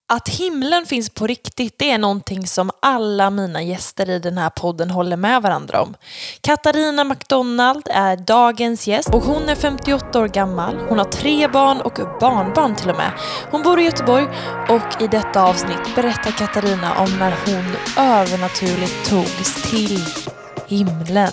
Att himlen finns på riktigt, det är någonting som alla mina gäster i den här podden håller med varandra om. Katarina McDonald är dagens gäst och hon är 58 år gammal. Hon har 3 barn och barnbarn till och med. Hon bor i Göteborg och i detta avsnitt berättar Katarina om när hon övernaturligt togs till himlen.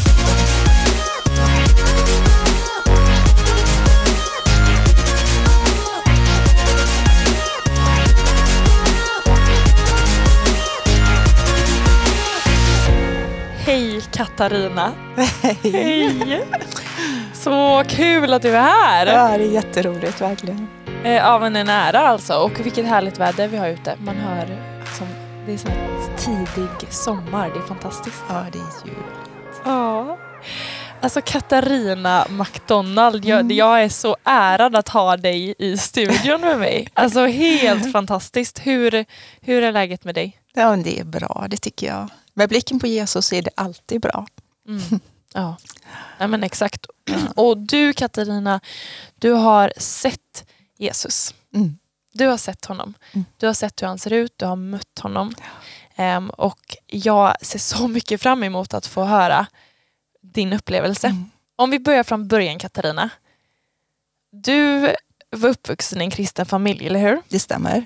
Hej Katarina. Hej. Så kul att du är här. Ja, det är jätteroligt verkligen. Ja, men en ära alltså. Och vilket härligt väder vi har ute. Man hör som det är så här tidig sommar. Det är fantastiskt. Ja, det är ju. Ja. Alltså Katarina McDonald, jag är så ärad att ha dig i studion med mig. Alltså helt fantastiskt. Hur är läget med dig? Ja, men det är bra, det tycker jag. Med blicken på Jesus är det alltid bra. Mm. Ja, men exakt. Och du Katarina, du har sett Jesus. Mm. Du har sett honom. Du har sett hur han ser ut, du har mött honom. Och jag ser så mycket fram emot att få höra din upplevelse. Om vi börjar från början Katarina. Du var uppvuxen i en kristen familj, eller hur? Det stämmer.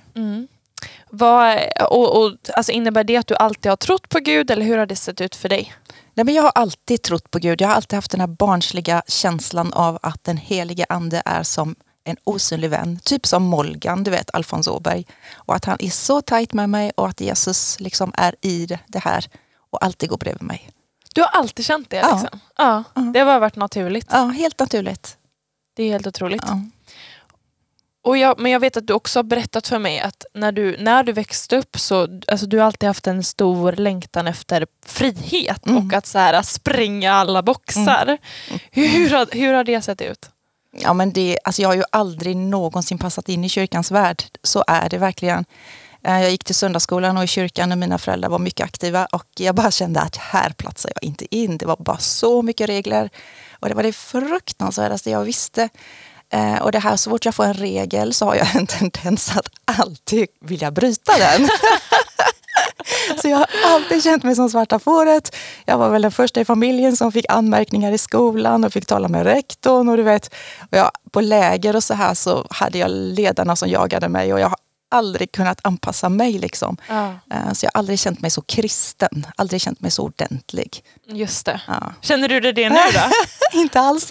Alltså innebär det att du alltid har trott på Gud, eller hur har det sett ut för dig? Nej, men jag har alltid trott på Gud. Jag har alltid haft den här barnsliga känslan av att den helige ande är som en osynlig vän. Typ som Molgan, du vet, Alfons Åberg. Och att han är så tajt med mig och att Jesus liksom är i det här och alltid går bredvid mig. Du har alltid känt det liksom? Ja. Det har varit naturligt. Ja, helt naturligt. Det är helt otroligt. Ja. Men jag vet att du också har berättat för mig att när du växte upp så alltså du har alltid haft en stor längtan efter frihet och att så här spränga alla boxar. Hur har det sett ut? Ja, men jag har ju aldrig någonsin passat in i kyrkans värld. Så är det verkligen. Jag gick till söndagsskolan och i kyrkan och mina föräldrar var mycket aktiva och jag bara kände att här platsar jag inte in. Det var bara så mycket regler och det var det fruktansvärdaste jag visste. Och det här, så fort jag får en regel så har jag en tendens att alltid vilja bryta den. Så jag har alltid känt mig som svarta fåret. Jag var väl den första i familjen som fick anmärkningar i skolan och fick tala med rektorn. Och du vet, på läger och så här så hade jag ledarna som jagade mig och jag har aldrig kunnat anpassa mig liksom. Så jag har aldrig känt mig så kristen. Aldrig känt mig så ordentlig. Just det. Ja. Känner du det nu då? Inte alls.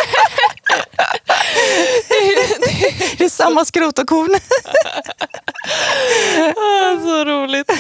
Det är samma skrot och korn. Så roligt.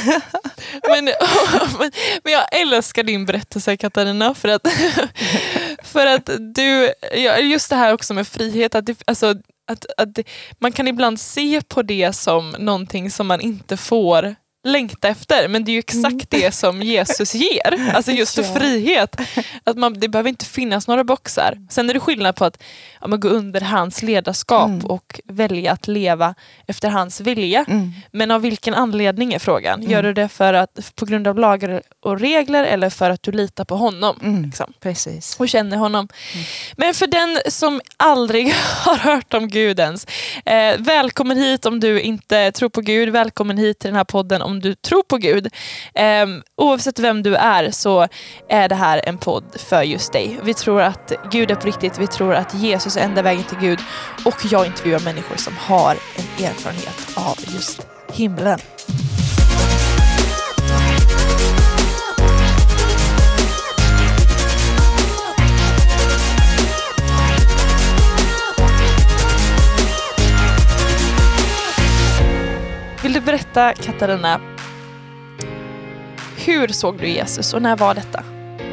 Men jag älskar din berättelse Katarina för att du, just det här också med frihet, att man kan ibland se på det som någonting som man inte får längta efter, men det är ju exakt det som Jesus ger. Alltså just för frihet. Att det behöver inte finnas några boxar. Sen är det skillnad på att gå under hans ledarskap och välja att leva efter hans vilja. Men av vilken anledning är frågan? Gör du det på grund av lagar och regler eller för att du litar på honom? Liksom. Precis. Och känner honom. Men för den som aldrig har hört om Gud ens, välkommen hit om du inte tror på Gud. Välkommen hit till den här podden om du tror på Gud. Oavsett vem du är så är det här en podd för just dig. Vi tror att Gud är på riktigt. Vi tror att Jesus är enda vägen till Gud. Och jag intervjuar människor som har en erfarenhet av just himlen. Vill du berätta, Katarina, hur såg du Jesus och när var detta?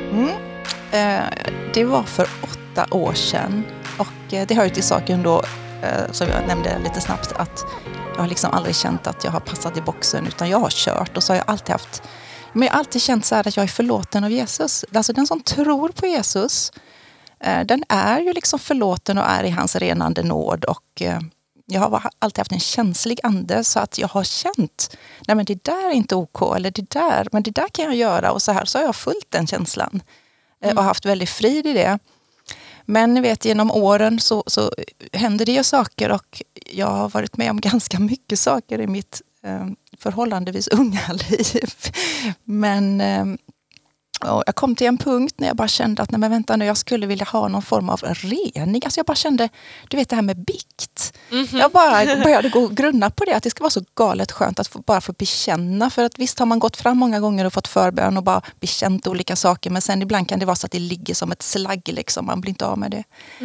Det var för 8 år sedan och det hör ju till saken då, som jag nämnde lite snabbt, att jag har liksom aldrig känt att jag har passat i boxen utan jag har kört och så har jag alltid haft, men jag har alltid känt så här att jag är förlåten av Jesus. Alltså den som tror på Jesus, den är ju liksom förlåten och är i hans renande nåd och jag har alltid haft en känslig ande så att jag har känt, nej men det där är inte OK eller men det där kan jag göra och så har jag följt den känslan och haft väldigt frid i det. Men ni vet, genom åren så händer det ju saker och jag har varit med om ganska mycket saker i mitt förhållandevis unga liv. Men jag kom till en punkt när jag bara kände att nej men vänta nu, jag skulle vilja ha någon form av rening. Alltså jag bara kände, du vet det här med bikt. Jag bara började gå och grunna på det, att det ska vara så galet skönt att bara få bekänna. För att visst har man gått fram många gånger och fått förbön och bara bekänt olika saker. Men sen ibland kan det vara så att det ligger som ett slagg liksom, man blir inte av med det.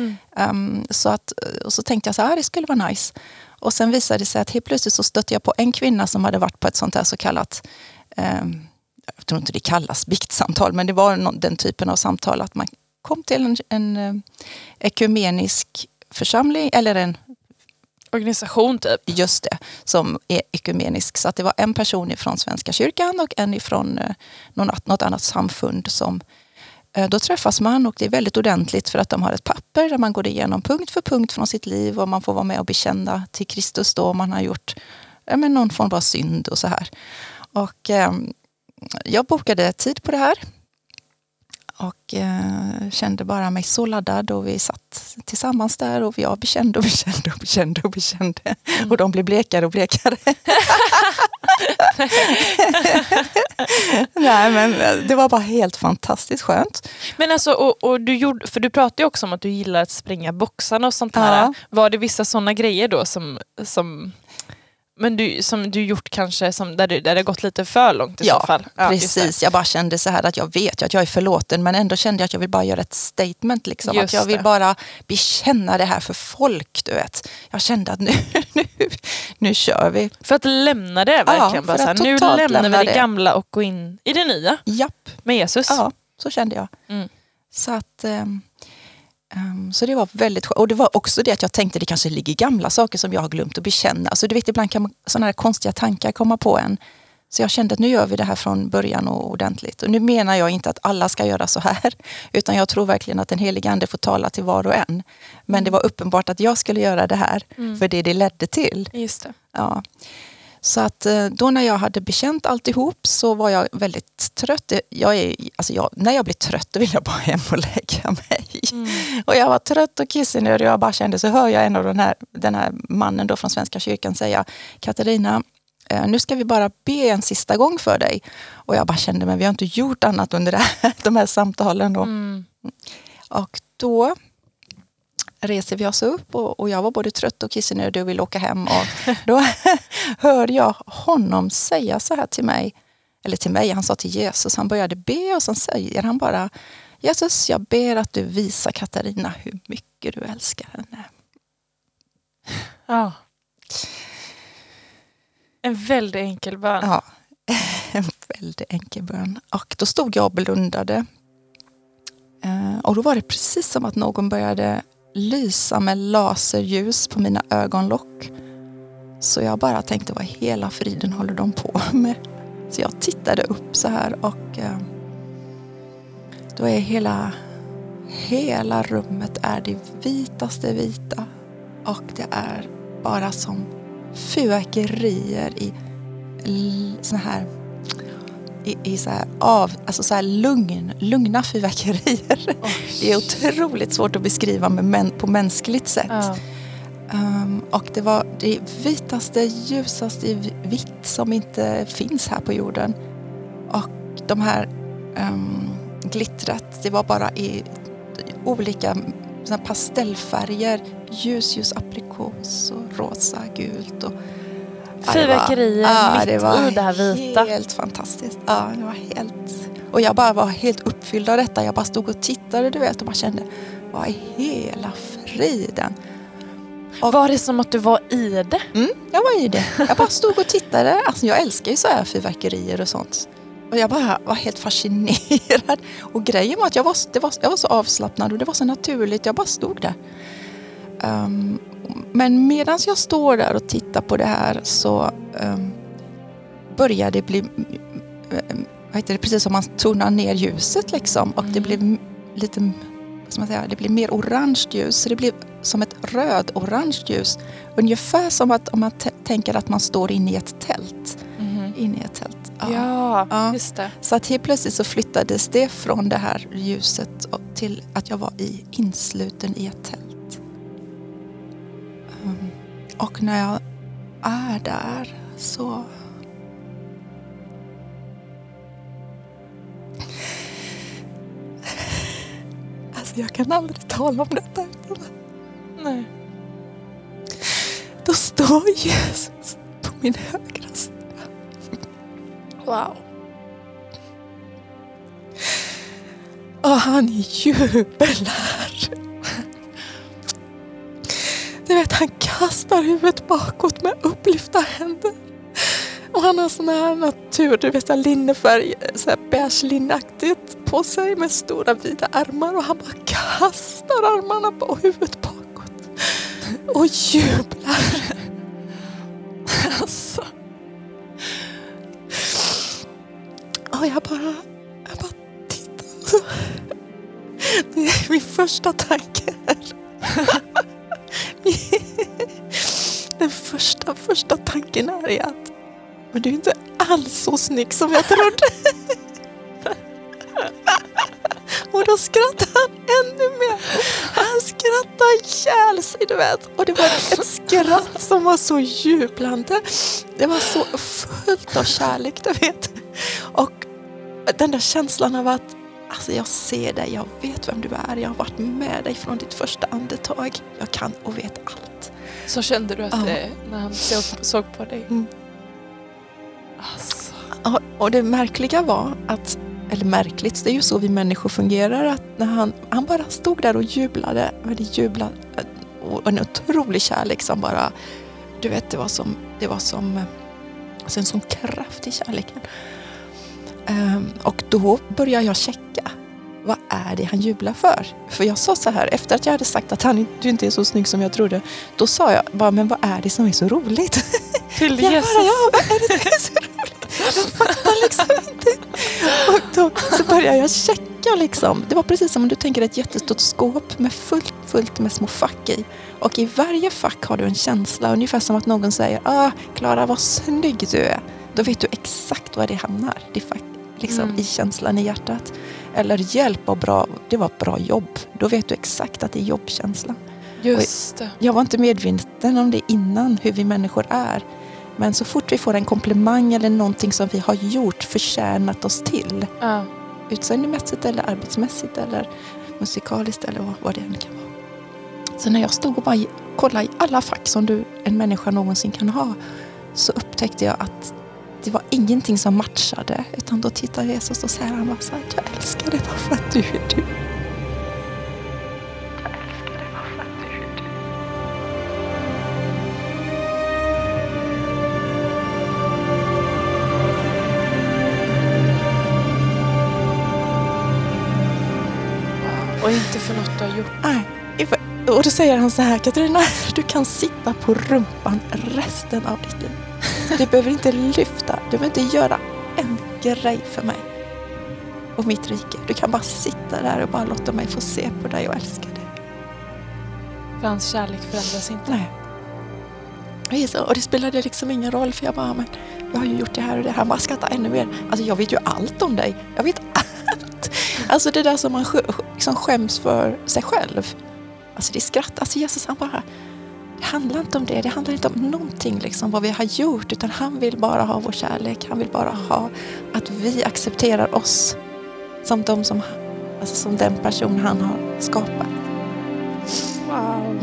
Och så tänkte jag så här, det skulle vara nice. Och sen visade det sig att helt plötsligt så stötte jag på en kvinna som hade varit på ett sånt här så kallat jag tror inte det kallas biktsamtal, men det var den typen av samtal att man kom till en ekumenisk församling eller en organisation typ. Just det, som är ekumenisk. Så att det var en person från Svenska kyrkan och en ifrån något annat samfund som då träffas man och det är väldigt ordentligt för att de har ett papper där man går igenom punkt för punkt från sitt liv och man får vara med och bekänna till Kristus då om man har gjort någon form av synd och så här. Och jag bokade tid på det här och kände bara mig så laddad och vi satt tillsammans där och jag bekände och bekände och bekände och bekände och de blev blekare och blekare. Nej men det var bara helt fantastiskt skönt. Men alltså, och för du pratade ju också om att du gillar att springa boxarna och sånt här. Ja. Var det vissa sådana grejer då som du gjort kanske där det har gått lite för långt i så fall? Ja, precis. Jag bara kände så här att jag vet ju att jag är förlåten men ändå kände jag att jag vill bara göra ett statement liksom. Att jag vill bara bekänna det här för folk, du vet. Jag kände att nu kör vi. För att lämna det verkligen. Bara så här, nu lämnar vi det gamla och går in i det nya. Japp. Med Jesus. Ja, så kände jag. Så att så det var väldigt skönt. Och det var också det att jag tänkte det kanske ligger gamla saker som jag har glömt att bekänna. Alltså du vet, ibland kan sådana här konstiga tankar komma på en. Så jag kände att nu gör vi det här från början och ordentligt. Och nu menar jag inte att alla ska göra så här. Utan jag tror verkligen att den helige ande får tala till var och en. Men det var uppenbart att jag skulle göra det här. För det ledde till. Just det. Ja. Så att då när jag hade bekänt alltihop så var jag väldigt trött. När jag blir trött då vill jag bara hem och lägga mig. Och jag var trött och kissnödig och jag bara kände så hör jag en av den här mannen då från Svenska kyrkan säga Katarina, nu ska vi bara be en sista gång för dig. Och jag bara kände men vi har inte gjort annat under de här samtalen då. Och då reser vi oss upp och jag var både trött och kissnödig och ville åka hem och då hörde jag honom säga så här till mig, han sa till Jesus, han började be och sen säger han bara Jesus, jag ber att du visar Katarina hur mycket du älskar henne. Ja. En väldigt enkel bön. Ja, en väldigt enkel bön. Och då stod jag och blundade och då var det precis som att någon började lysa med laserljus på mina ögonlock. Så jag bara tänkte vad hela friden håller de på med. Så jag tittade upp så här och då är hela rummet är det vitaste vita. Och det är bara som fyrverkerier i såna här i så här alltså så här lugna fyrverkerier. Det är otroligt svårt att beskriva på mänskligt sätt. Och det var det vitaste, ljusaste i vitt som inte finns här på jorden. Och de här glittret, det var bara i olika såna pastellfärger, ljus aprikos och rosa, gult och fyrverkerier mitt i det här vita. Helt fantastiskt. Ja, det var helt. Och jag bara var helt uppfylld av detta. Jag bara stod och tittade, du vet, och bara kände, vad är hela friden? Och var det som att du var i det? Jag var i det. Jag bara stod och tittade. Alltså jag älskar ju så här fyrverkerier och sånt. Och jag bara var helt fascinerad. Och grejen var att jag var så avslappnad och det var så naturligt. Jag bara stod där. Men medan jag står där och tittar på det här så börjar det bli precis som man tonar ner ljuset liksom. Och det blev lite, det blir mer orange ljus. Så det blir som ett röd-orange ljus. Ungefär som att om man tänker att man står inne i ett tält. Inne i ett tält. Ja, just det. Så att helt plötsligt så flyttades det från det här ljuset till att jag var insluten i ett tält. Och när jag är där så... Alltså jag kan aldrig tala om detta utan att... Nej. Då står Jesus på min högra sida. Wow. Och han jublar. Du vet, han kastar huvudet bakåt med upplyfta händer. Och han har sån här natur, du vet, linnefärg, så här beige linneaktigt på sig med stora vida armar. Och han bara kastar armarna på huvudet bakåt. Och jublar. Alltså. Och jag bara tittar. Det är min första tanke här. Den första tanken är att men du är inte alls så snygg som jag trodde. Och då skrattar han ännu mer. Han skrattar ihjäl sig, du vet. Och det var ett skratt som var så jublande. Det var så fullt av kärlek, du vet. Och den där känslan av att alltså jag ser dig, jag vet vem du är. Jag har varit med dig från ditt första andetag. Jag kan och vet allt. Så kände du att det, när han såg på dig? Mm. Alltså. Och det märkliga var att, eller märkligt, det är ju så vi människor fungerar, att när han bara stod där och jublade, och en otrolig kärlek som bara, du vet, det var som alltså en sån kraft i kärleken. Och då började jag checka, vad är det han jublar för? För jag sa så här, efter att jag hade sagt att du inte är så snygg som jag trodde, då sa jag bara, men vad är det som är så roligt? Till Jesus. Vad är det som är så roligt? Jag fattar liksom inte. Och då så började jag checka liksom. Det var precis som om du tänker ett jättestort skåp med fullt med små fack i. Och i varje fack har du en känsla. Ungefär som att någon säger, Klara, vad snygg du är. Då vet du exakt var det hamnar. Det fack, liksom, i känslan i hjärtat. Eller hjälp och bra, det var bra jobb. Då vet du exakt att det är jobbkänslan. Just det. Jag var inte medveten om det innan, hur vi människor är. Men så fort vi får en komplimang eller någonting som vi har gjort, förtjänat oss till. Utseendemässigt eller arbetsmässigt eller musikaliskt eller vad det än kan vara. Så när jag stod och bara kollade i alla fack som en människa någonsin kan ha, så upptäckte jag att det var ingenting som matchade. Utan då tittar Jesus och säger han bara så här, jag älskar dig bara för att du är du. Och inte för något du har gjort. Nej. Och då säger han så här, Katarina, du kan sitta på rumpan resten av ditt liv. Du behöver inte lyfta, du behöver inte göra en grej för mig och mitt rike. Du kan bara sitta där och bara låta mig få se på dig och älska dig. För hans kärlek förändras inte. Nej. Och det spelade liksom ingen roll, för jag bara, men jag har ju gjort det här och det här. Han bara skrattar ännu mer. Alltså jag vet ju allt om dig. Jag vet allt. Alltså det där som man liksom skäms för sig själv. Alltså det är skratt. Alltså Jesus, han bara, det handlar inte om det. Det handlar inte om någonting liksom vad vi har gjort. Utan han vill bara ha vår kärlek. Han vill bara ha att vi accepterar oss som som den person han har skapat. Wow.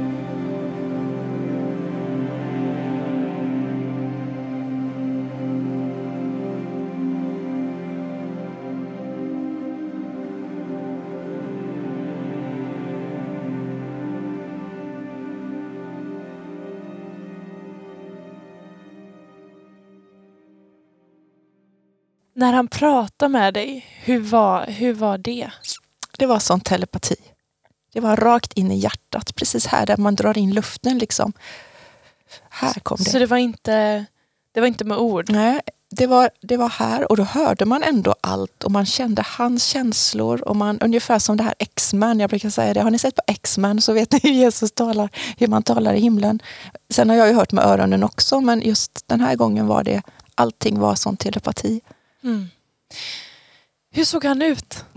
När han pratar med dig, hur var det? Det var sån telepati. Det var rakt in i hjärtat. Precis här där man drar in luften liksom. Här kom det. Så det var inte med ord? Nej, det var här och då hörde man ändå allt. Och man kände hans känslor. Och man, ungefär som det här X-Men, jag brukar säga det. Har ni sett på X-Men så vet ni hur Jesus talar. Hur man talar i himlen. Sen har jag ju hört med öronen också. Men just den här gången var det, allting var sån telepati. Mm. Hur såg han ut?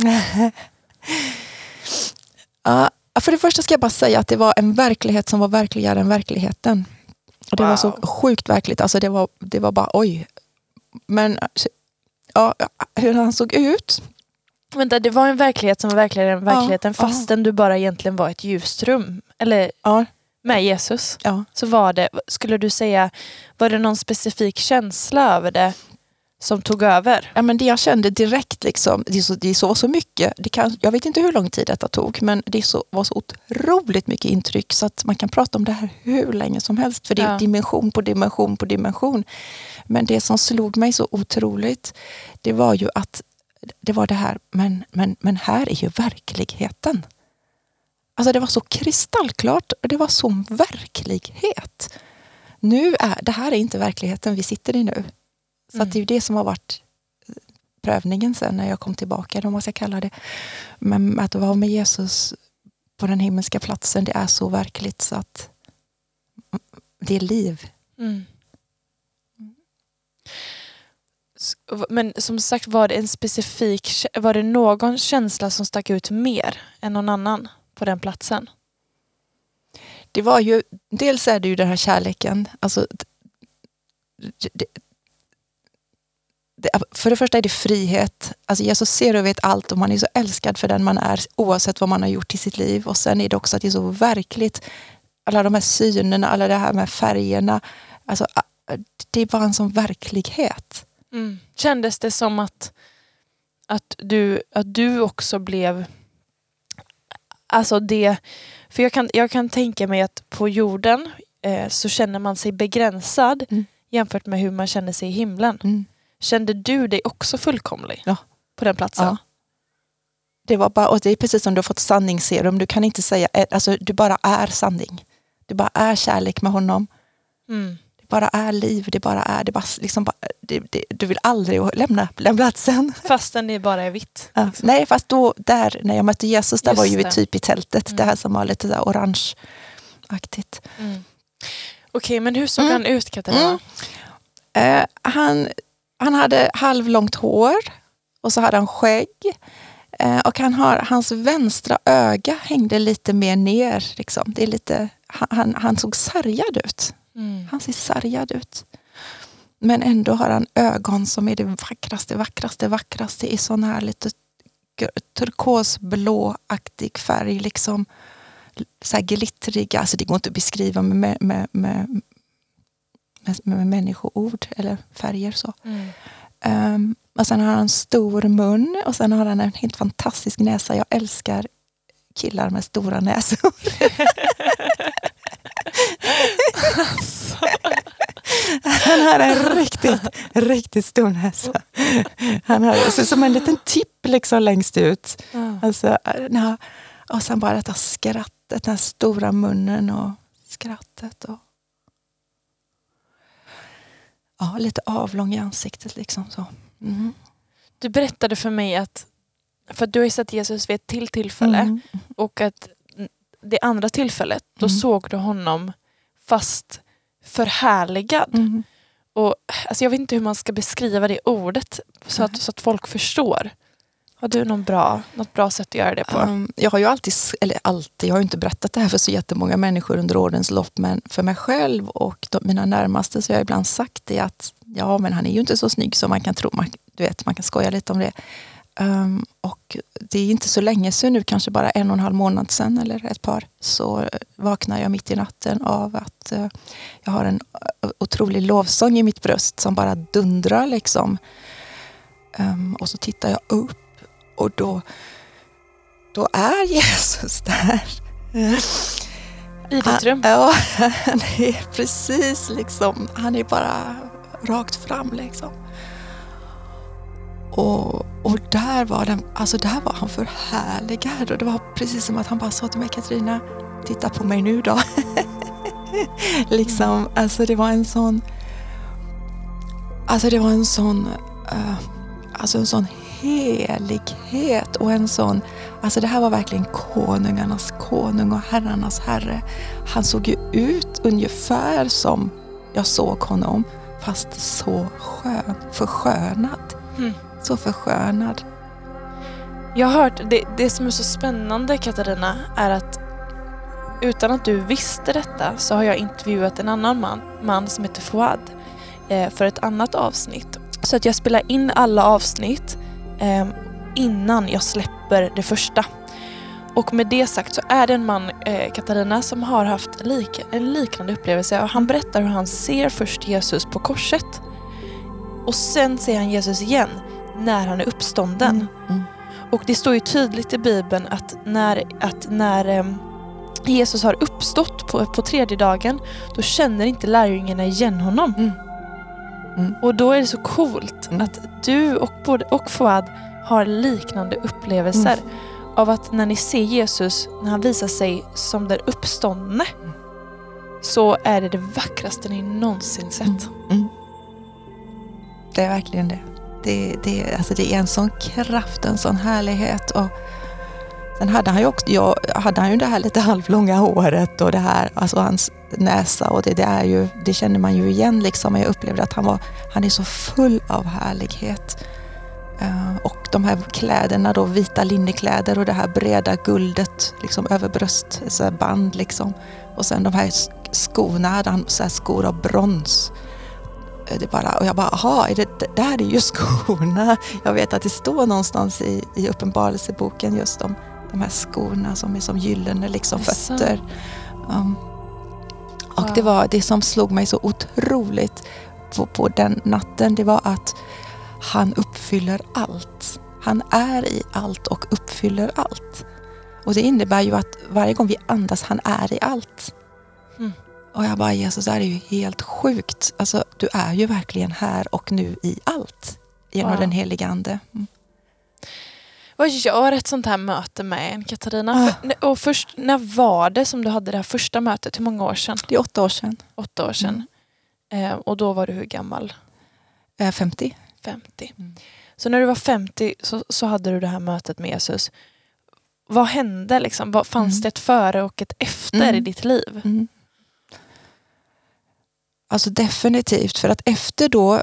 Ja, för det första ska jag bara säga att det var en verklighet som var verkligare än verkligheten. Och det var så sjukt verkligt. Alltså det var bara oj. Men ja, hur han såg ut. Vänta, det var en verklighet som var verkligen verkligheten fastän du bara egentligen var ett ljusrum. Eller med Jesus. Ja. Så var det, skulle du säga, var det någon specifik känsla över det som tog över? Ja, men det jag kände direkt liksom, det är så mycket. Jag vet inte hur lång tid detta tog, men det var så otroligt mycket intryck så att man kan prata om det här hur länge som helst. För det är dimension på dimension på dimension. Men det som slog mig så otroligt, det var ju att det var det här, men här är ju verkligheten. Alltså det var så kristallklart och det var så verklighet. Det här är inte verkligheten vi sitter i nu. Så att det är ju det som har varit prövningen sen när jag kom tillbaka, då måste jag kalla det. Men att vara med Jesus på den himmelska platsen, det är så verkligt så att det är liv. Mm. Men som sagt, var det någon känsla som stack ut mer än någon annan på den platsen? Det var ju, dels är det ju den här kärleken, alltså för det första är det frihet. Alltså Jesus ser och vet allt och man är så älskad för den man är oavsett vad man har gjort i sitt liv. Och sen är det också att det är så verkligt. Alla de här synerna, alla det här med färgerna. Alltså det är bara en sån verklighet. Mm. Kändes det som att du också blev... Alltså det... För jag kan tänka mig att på jorden så känner man sig begränsad jämfört med hur man känner sig i himlen. Mm. Kände du dig också fullkomlig på den platsen? Ja. Det var bara, och det är precis som du har fått sanningsserum. Du kan inte säga, alltså du bara är sanning. Du bara är kärlek med honom. Mm. Det bara är liv, det bara liksom du vill aldrig lämna den platsen. Fastän det bara är vitt. Ja. Liksom. Nej, fast då där när jag mötte Jesus, där var ju typ i tältet. Det här som var lite där orangeaktigt. Mm. Okej, men hur såg han ut, Katarina? Han hade halvlångt hår och så hade han skägg. Och hans vänstra öga hängde lite mer ner. Liksom. Det är lite, han såg sargad ut. Mm. Han ser sargad ut. Men ändå har han ögon som är det vackraste i sån här lite turkosblåaktig färg. Liksom, så här glittriga. Alltså det går inte att beskriva med människoord eller färger så. Och sen har han en stor mun och sen har han en helt fantastisk näsa. Jag älskar killar med stora näsor. Alltså. Han har en riktigt stor näsa. Han har så som en liten tipp liksom längst ut. Alltså, och sen bara detta skrattet, den här stora munnen och skrattet och lite avlång i ansiktet liksom så. Mm. Du berättade för mig för du har ju sett Jesus vid ett tillfälle och att det andra tillfället då såg du honom fast förhärligad. Och alltså jag vet inte hur man ska beskriva det ordet så att folk förstår. Har du något bra sätt att göra det på? Jag har ju jag har ju inte berättat det här för så jättemånga människor under årens lopp, men för mig själv och mina närmaste så har jag ibland sagt det att men han är ju inte så snygg som man kan tro. Man kan skoja lite om det. Och det är inte så länge sedan nu, kanske bara 1,5 månad sedan eller ett par, så vaknar jag mitt i natten av att jag har en otrolig lovsång i mitt bröst som bara dundrar liksom. Och så tittar jag upp och då är Jesus där. I ditt rum? Ja, han är precis liksom, han är bara rakt fram liksom. Och där var han förhärligad och det var precis som att han bara sa till mig, Katarina, titta på mig nu då. Liksom, alltså det var en sån helighet och en sån, alltså det här var verkligen konungarnas konung och herrarnas herre. Han såg ju ut ungefär som jag såg honom, fast så förskönad. Så förskönad. Jag har hört, det som är så spännande, Katarina, är att utan att du visste detta så har jag intervjuat en annan man som heter Fouad för ett annat avsnitt. Så att jag spelar in alla avsnitt innan jag släpper det första. Och med det sagt så är det en man, Katarina, som har haft en liknande upplevelse. Och han berättar hur han ser först Jesus på korset. Och sen ser han Jesus igen när han är uppstånden. Och det står ju tydligt i Bibeln att när Jesus har uppstått på tredje dagen, då känner inte lärjungarna igen honom. Och då är det så coolt att du och Fouad har liknande upplevelser av att när ni ser Jesus, när han visar sig som den uppståndne, så är det vackraste ni någonsin sett. Det är verkligen det. Det är en sån kraft, en sån härlighet. Och sen hade han ju det här lite halvlånga håret och det här, alltså hans näsa, och det känner man ju igen liksom. Jag upplevde att han är så full av härlighet. Och de här kläderna då, vita linnekläder och det här breda guldet liksom över bröst, så här band liksom. Och sen de här skorna, hade han så här skor av brons. Och jag bara, det här är ju skorna. Jag vet att det står någonstans i Uppenbarelseboken just om de här skorna som är som gyllene liksom fötter. Och det som slog mig så otroligt på den natten, det var att han uppfyller allt. Han är i allt och uppfyller allt. Och det innebär ju att varje gång vi andas, han är i allt. Och jag bara, Jesus, det är ju helt sjukt. Alltså, du är ju verkligen här och nu i allt. Genom den heliga ande. Vad gör ett sånt här möte med en, Katarina? Och först, när var det som du hade det här första mötet? Hur många år sedan? Det är 8 år sedan. 8 år sedan. Och då var du hur gammal? 50. 50. Så när du var 50 så hade du det här mötet med Jesus. Vad hände liksom? Fanns det ett före och ett efter i ditt liv? Alltså definitivt, för att efter då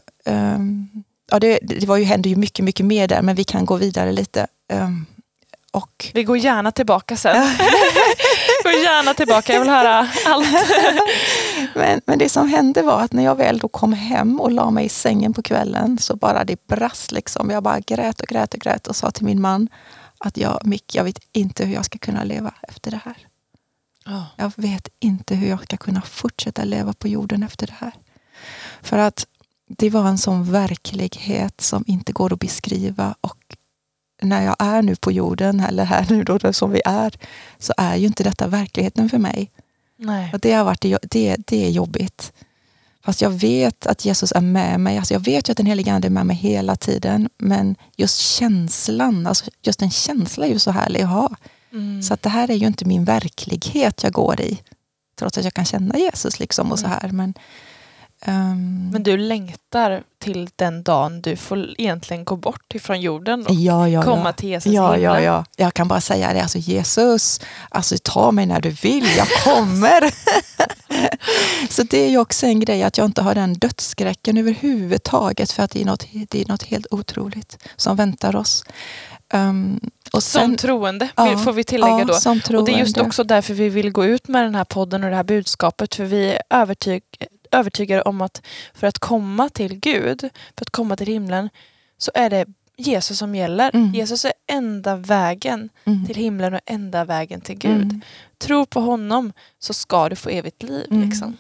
hände ju mycket, mycket mer där, men vi kan gå vidare lite. Och vi går gärna tillbaka sen. Gå gärna tillbaka, jag vill höra allt. men det som hände var att när jag väl då kom hem och la mig i sängen på kvällen, så bara det brast liksom. Jag bara grät och sa till min man att jag vet inte hur jag ska kunna leva efter det här. Jag vet inte hur jag ska kunna fortsätta leva på jorden efter det här. För att det var en sån verklighet som inte går att beskriva. Och när jag är nu på jorden, eller här nu då som vi är, så är ju inte detta verkligheten för mig. Nej. Och det är jobbigt. Fast jag vet att Jesus är med mig. Alltså jag vet ju att den heliga ande är med mig hela tiden. Men just känslan, alltså just en känsla är ju så härlig att ha. Så att det här är ju inte min verklighet jag går i. Trots att jag kan känna Jesus liksom och så här. Men du längtar till den dagen du får egentligen gå bort ifrån jorden och komma till Jesus i himlen. Ja. Jag kan bara säga det. Alltså Jesus, alltså ta mig när du vill. Jag kommer. Så det är ju också en grej att jag inte har den dödsskräcken överhuvudtaget. För att det är något helt otroligt som väntar oss. Och sen, som troende får vi tillägga då. Som troende. Och det är just också därför vi vill gå ut med den här podden och det här budskapet. För vi är övertygade om att för att komma till Gud, för att komma till himlen, så är det Jesus som gäller. Jesus är enda vägen till himlen och enda vägen till Gud. Tro på honom så ska du få evigt liv. Liksom.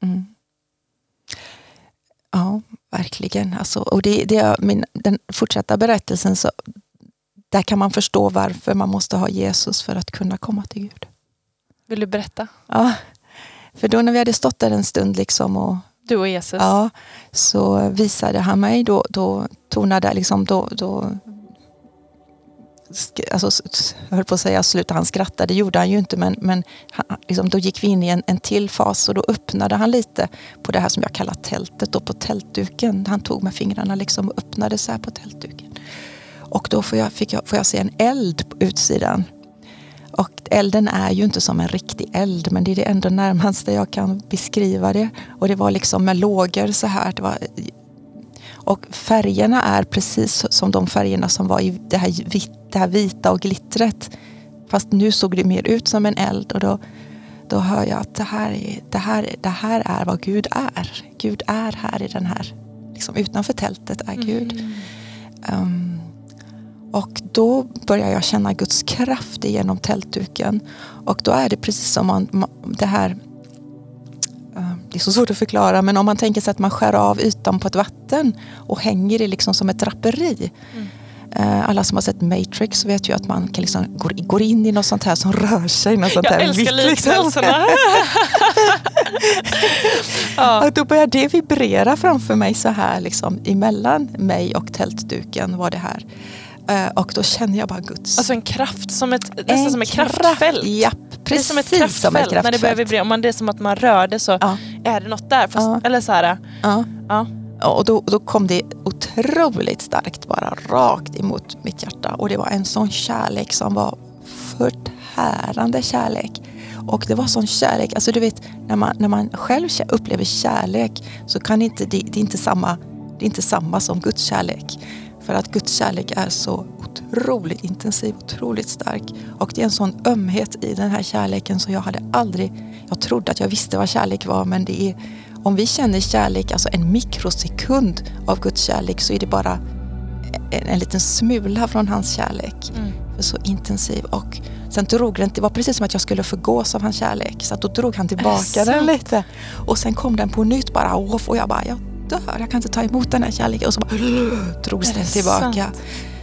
Ja, verkligen. Alltså, och den fortsatta berättelsen, så där kan man förstå varför man måste ha Jesus för att kunna komma till Gud. Vill du berätta? Ja, för då när vi hade stått där en stund liksom och du och Jesus. Ja, så visade han mig då tonade liksom alltså, jag höll på att säga sluta, han skrattade, det gjorde han ju inte, men han, liksom, då gick vi in i en till fas och då öppnade han lite på det här som jag kallar tältet, då på tältduken. Han tog med fingrarna liksom och öppnade så här på tältduken. Och då får jag se en eld på utsidan. Och elden är ju inte som en riktig eld, men det är det ändå närmaste jag kan beskriva det. Och det var liksom med lågor så här. Och färgerna är precis som de färgerna som var i det här vita och glittret. Fast nu såg det mer ut som en eld. Och då hör jag att det här är vad Gud är. Gud är här i den här, liksom utanför tältet är Gud. Och då börjar jag känna Guds kraft genom tältduken. Och då är det precis som det här, det är så svårt att förklara, men om man tänker sig att man skär av ytan på ett vatten och hänger det liksom som ett draperi. Alla som har sett Matrix vet ju att man kan liksom går in i något sånt här som rör sig. Något sånt jag älskar liknelserna. Och då börjar det vibrera framför mig så här liksom, emellan mig och tältduken var det här. Och då känner jag bara Guds... Alltså en kraft, nästan som ett kraftfält. Ja, precis som ett kraftfält. När det börjar vibrera, om det är som att man rör det så är det något där. Fast, eller så här. Ja. Och då kom det otroligt starkt bara rakt emot mitt hjärta. Och det var en sån kärlek som var förtärande kärlek. Och det var sån kärlek, alltså du vet, när man själv upplever kärlek så kan det är inte samma som Guds kärlek. För att Guds kärlek är så otroligt intensiv, otroligt stark. Och det är en sån ömhet i den här kärleken så jag trodde att jag visste vad kärlek var, men det är, om vi känner kärlek, alltså en mikrosekund av Guds kärlek, så är det bara en liten smula från hans kärlek. För så intensiv. Och sen det var precis som att jag skulle förgås av hans kärlek. Så att då drog han tillbaka den lite. Och sen kom den på nytt bara, och jag bara, jag kan inte ta emot den här kärleken. Och så bara drogs den tillbaka. Sant?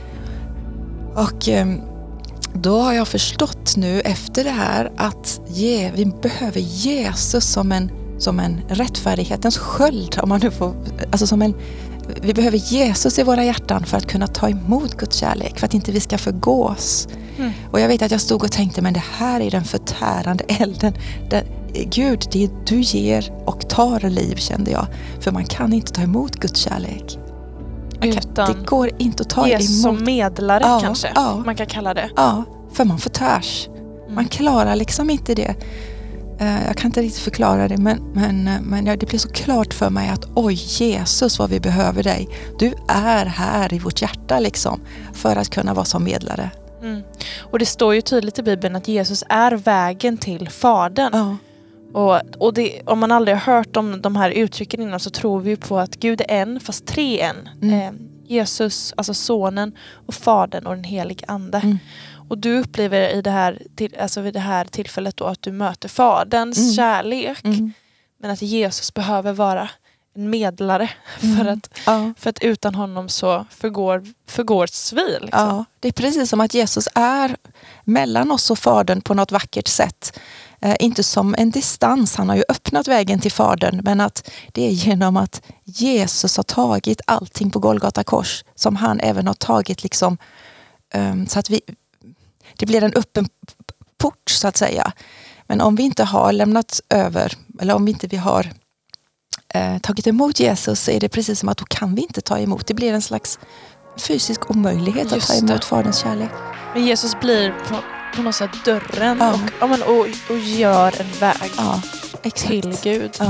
Och då har jag förstått nu efter det här att vi behöver Jesus som en rättfärdighetens sköld. Om man nu får, alltså vi behöver Jesus i våra hjärtan för att kunna ta emot Guds kärlek. För att inte vi ska förgås. Och jag vet att jag stod och tänkte, men det här är den förtärande elden. Gud, du ger och tar liv, kände jag. För man kan inte ta emot Guds kärlek. Det går inte att ta emot. Jesus som medlare kanske, man kan kalla det. Ja, för man förtärs. Man klarar liksom inte det. Jag kan inte riktigt förklara det, men det blir så klart för mig att Jesus, vad vi behöver dig. Du är här i vårt hjärta liksom, för att kunna vara som medlare. Och det står ju tydligt i Bibeln att Jesus är vägen till Fadern. Och det, om man aldrig har hört om de här uttrycken innan, så tror vi på att Gud är en, fast tre en. Jesus, alltså sonen, och Fadern och den helige ande. Och du upplever vid det här tillfället då att du möter Faderns kärlek. Men att Jesus behöver vara en medlare. För att utan honom så förgås vi. Liksom. Ja, det är precis som att Jesus är mellan oss och Fadern på något vackert sätt. Inte som en distans, han har ju öppnat vägen till Fadern, men att det är genom att Jesus har tagit allting på Golgata kors som han även har tagit liksom, så att det blir en öppen port så att säga. Men om vi inte har lämnat över, eller om vi har tagit emot Jesus, så är det precis som att då kan vi inte ta emot. Det blir en slags fysisk omöjlighet att ta emot Faderns kärlek. Men Jesus blir på något sätt dörren och gör en väg till Gud. Ja.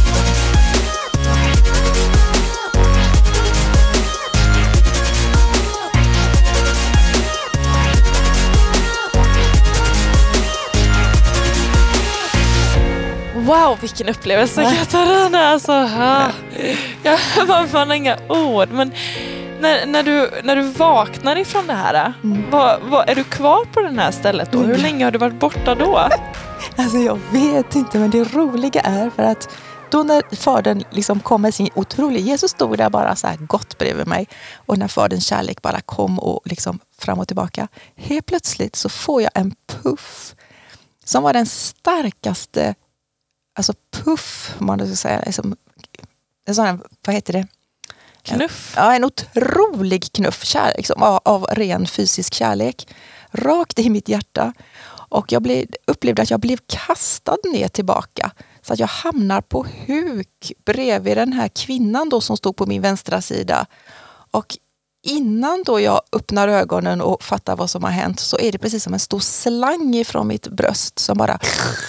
Wow, vilken upplevelse, Katarina. Alltså, man har inga ord. Men när du vaknar ifrån det här, är du kvar på det här stället då? Hur länge har du varit borta då? Alltså jag vet inte, men det roliga är för att då när Fadern liksom kom med sin otroliga, Jesus stod där bara så här gott bredvid mig, och när Faderns kärlek bara kom och liksom fram och tillbaka, helt plötsligt så får jag en puff som var den starkaste, alltså puff, man ska säga, liksom, en sån, vad heter det? Knuff? Ja, en otrolig knuff kärlek, liksom, av ren fysisk kärlek. Rakt i mitt hjärta. Och jag upplevde att jag blev kastad ner tillbaka. Så att jag hamnar på huk bredvid den här kvinnan då som stod på min vänstra sida. Och innan då jag öppnar ögonen och fattar vad som har hänt, så är det precis som en stor slang ifrån mitt bröst som bara...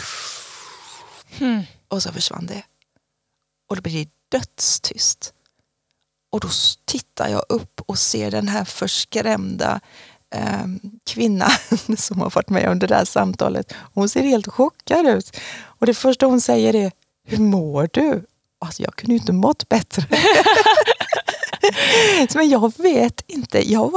Och så försvann det. Och då blir det dödstyst. Och då tittar jag upp och ser den här förskrämda kvinna som har varit med under det här samtalet. Hon ser helt chockad ut. Och det första hon säger är, hur mår du? Alltså jag kunde ju inte mått bättre. Men jag vet inte. Jag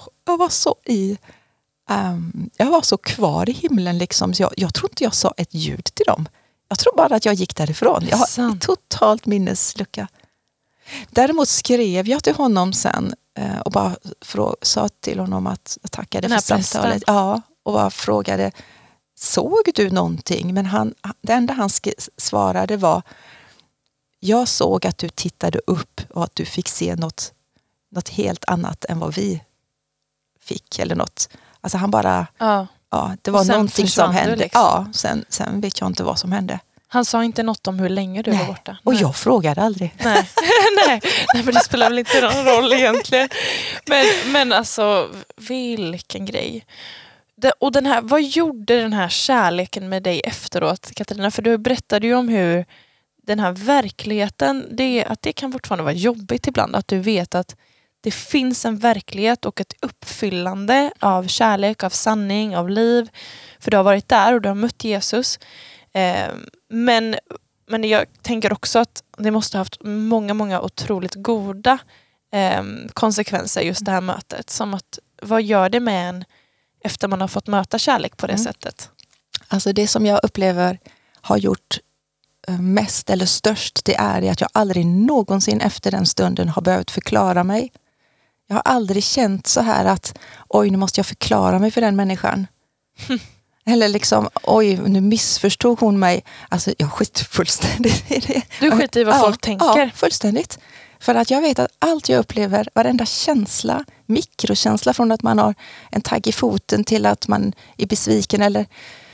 var så kvar i himlen liksom. Så jag tror inte jag sa ett ljud till dem. Jag tror bara att jag gick därifrån. Jag har totalt minneslucka. Däremot skrev jag till honom sen och bara sa till honom att jag tackade för samtalet. Ja, och bara frågade, såg du någonting? Men det enda han svarade var, jag såg att du tittade upp och att du fick se något helt annat än vad vi fick. Eller något. Alltså han bara, det var någonting som hände. Liksom. Ja, sen vet jag inte vad som hände. Han sa inte något om hur länge du var borta. Och jag frågade aldrig. Nej, men det spelar väl inte någon roll egentligen. Men alltså, vilken grej. Och vad gjorde den här kärleken med dig efteråt, Katarina? För du berättade ju om hur den här verkligheten, att det kan fortfarande vara jobbigt ibland. Att du vet att det finns en verklighet och ett uppfyllande av kärlek, av sanning, av liv. För du har varit där och du har mött Jesus. Men jag tänker också att det måste ha haft många otroligt goda konsekvenser just det här mötet. Som att, vad gör det med en efter man har fått möta kärlek på det sättet? Alltså det som jag upplever har gjort mest eller störst, det är att jag aldrig någonsin efter den stunden har behövt förklara mig. Jag har aldrig känt så här att oj, nu måste jag förklara mig för den människan. Eller liksom, oj, nu missförstod hon mig. Alltså jag skiter fullständigt i det. Du skiter i vad folk tänker? Ja, fullständigt. För att jag vet att allt jag upplever, varenda känsla, mikrokänsla från att man har en tagg i foten till att man är besviken eller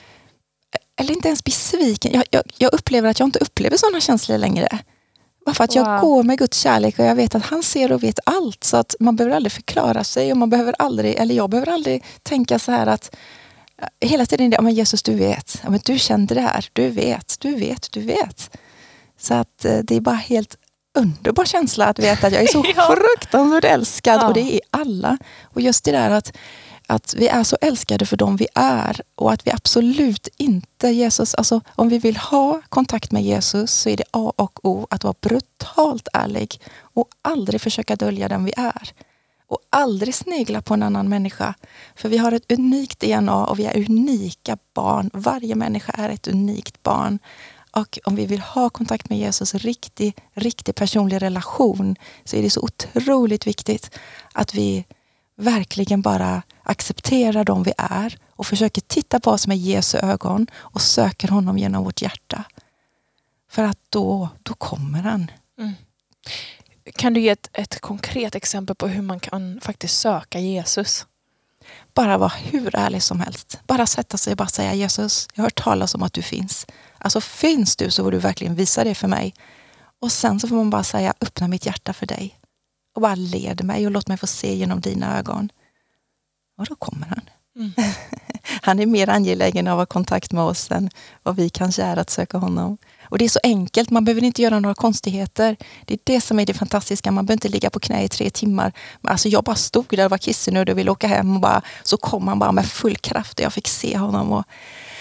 inte ens besviken. Jag upplever att jag inte upplever sådana känslor längre. Bara för att jag går med Guds kärlek och jag vet att han ser och vet allt. Så att man behöver aldrig förklara sig och jag behöver aldrig tänka så här att hela tiden det, men Jesus du vet. Men du kände det här. Du vet. Så att det är bara helt underbar känsla att veta att jag är så fruktansvärt älskad. Och det är alla. Och just det där att vi är så älskade för dem vi är. Och att vi absolut inte, Jesus, alltså om vi vill ha kontakt med Jesus så är det A och O att vara brutalt ärlig. Och aldrig försöka dölja den vi är. Och aldrig snegla på en annan människa. För vi har ett unikt DNA och vi är unika barn. Varje människa är ett unikt barn. Och om vi vill ha kontakt med Jesus, riktig personlig relation, så är det så otroligt viktigt att vi verkligen bara accepterar dem vi är och försöker titta på oss med Jesu ögon och söker honom genom vårt hjärta. För att då kommer han. Mm. Kan du ge ett konkret exempel på hur man kan faktiskt söka Jesus? Bara vara hur ärlig som helst. Bara sätta sig och bara säga, Jesus, jag har hört talas om att du finns. Alltså finns du så får du verkligen visa det för mig. Och sen så får man bara säga, öppna mitt hjärta för dig. Och bara led mig och låt mig få se genom dina ögon. Och då kommer han. Mm. Han är mer angelägen av att ha kontakt med oss än vad vi kanske är att söka honom. Och det är så enkelt, man behöver inte göra några konstigheter. Det är det som är det fantastiska, man behöver inte ligga på knä i 3 timmar. Alltså jag bara stod där och var kissnödig och ville åka hem och så kom han bara med full kraft och jag fick se honom. Och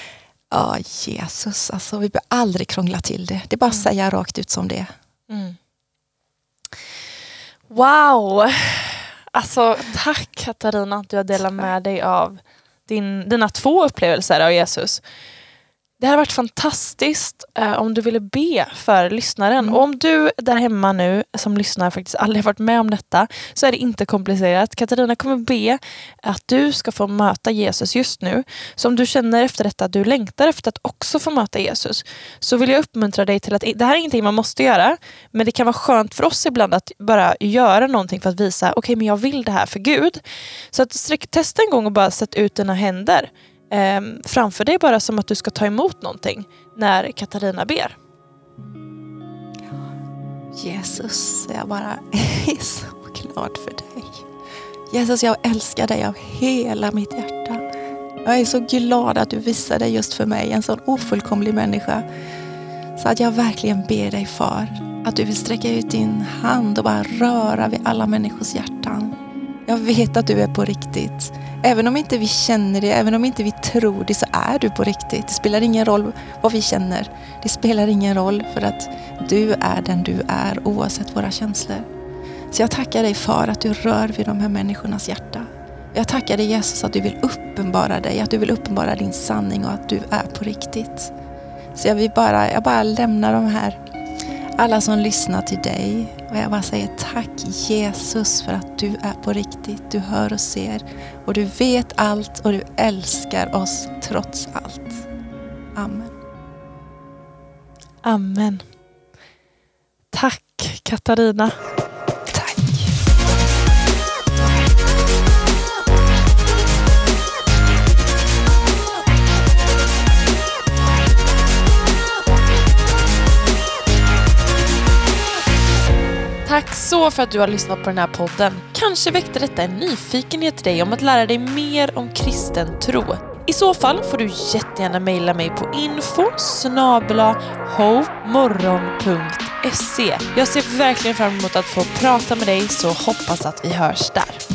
Jesus, alltså vi behöver aldrig krångla till det. Det är bara att säga rakt ut som det. Mm. Wow! Alltså tack Katarina att du har delat med dig av dina 2 upplevelser av Jesus. Det här har varit fantastiskt om du ville be för lyssnaren. Och om du där hemma nu som lyssnar faktiskt aldrig varit med om detta så är det inte komplicerat. Katarina kommer be att du ska få möta Jesus just nu. Så om du känner efter detta att du längtar efter att också få möta Jesus så vill jag uppmuntra dig till att det här är ingenting man måste göra, men det kan vara skönt för oss ibland att bara göra någonting för att visa okej, men jag vill det här för Gud. Så att testa en gång och bara sätta ut dina händer framför dig bara som att du ska ta emot någonting när Katarina ber. Jesus, jag bara är så glad för dig. Jesus, jag älskar dig av hela mitt hjärta. Jag är så glad att du visar dig just för mig, en sån ofullkomlig människa. Så att jag verkligen ber dig, far, att du vill sträcka ut din hand och bara röra vid alla människors hjärtan. Jag vet att du är på riktigt. Även om inte vi känner det, även om inte vi tror det, så är du på riktigt. Det spelar ingen roll vad vi känner. Det spelar ingen roll, för att du är den du är oavsett våra känslor. Så jag tackar dig, Far, att du rör vid de här människornas hjärta. Jag tackar dig, Jesus, att du vill uppenbara dig, att du vill uppenbara din sanning och att du är på riktigt. Så jag bara lämnar de här, alla som lyssnar till dig. Och jag bara säger tack, Jesus, för att du är på riktigt. Du hör och ser och du vet allt och du älskar oss trots allt. Amen. Amen. Tack, Katarina. Tack. Tack så för att du har lyssnat på den här podden. Kanske väckte detta en nyfikenhet till dig om att lära dig mer om kristen tro. I så fall får du jättegärna mejla mig på info@hopemorgon.se. Jag ser verkligen fram emot att få prata med dig, så hoppas att vi hörs där.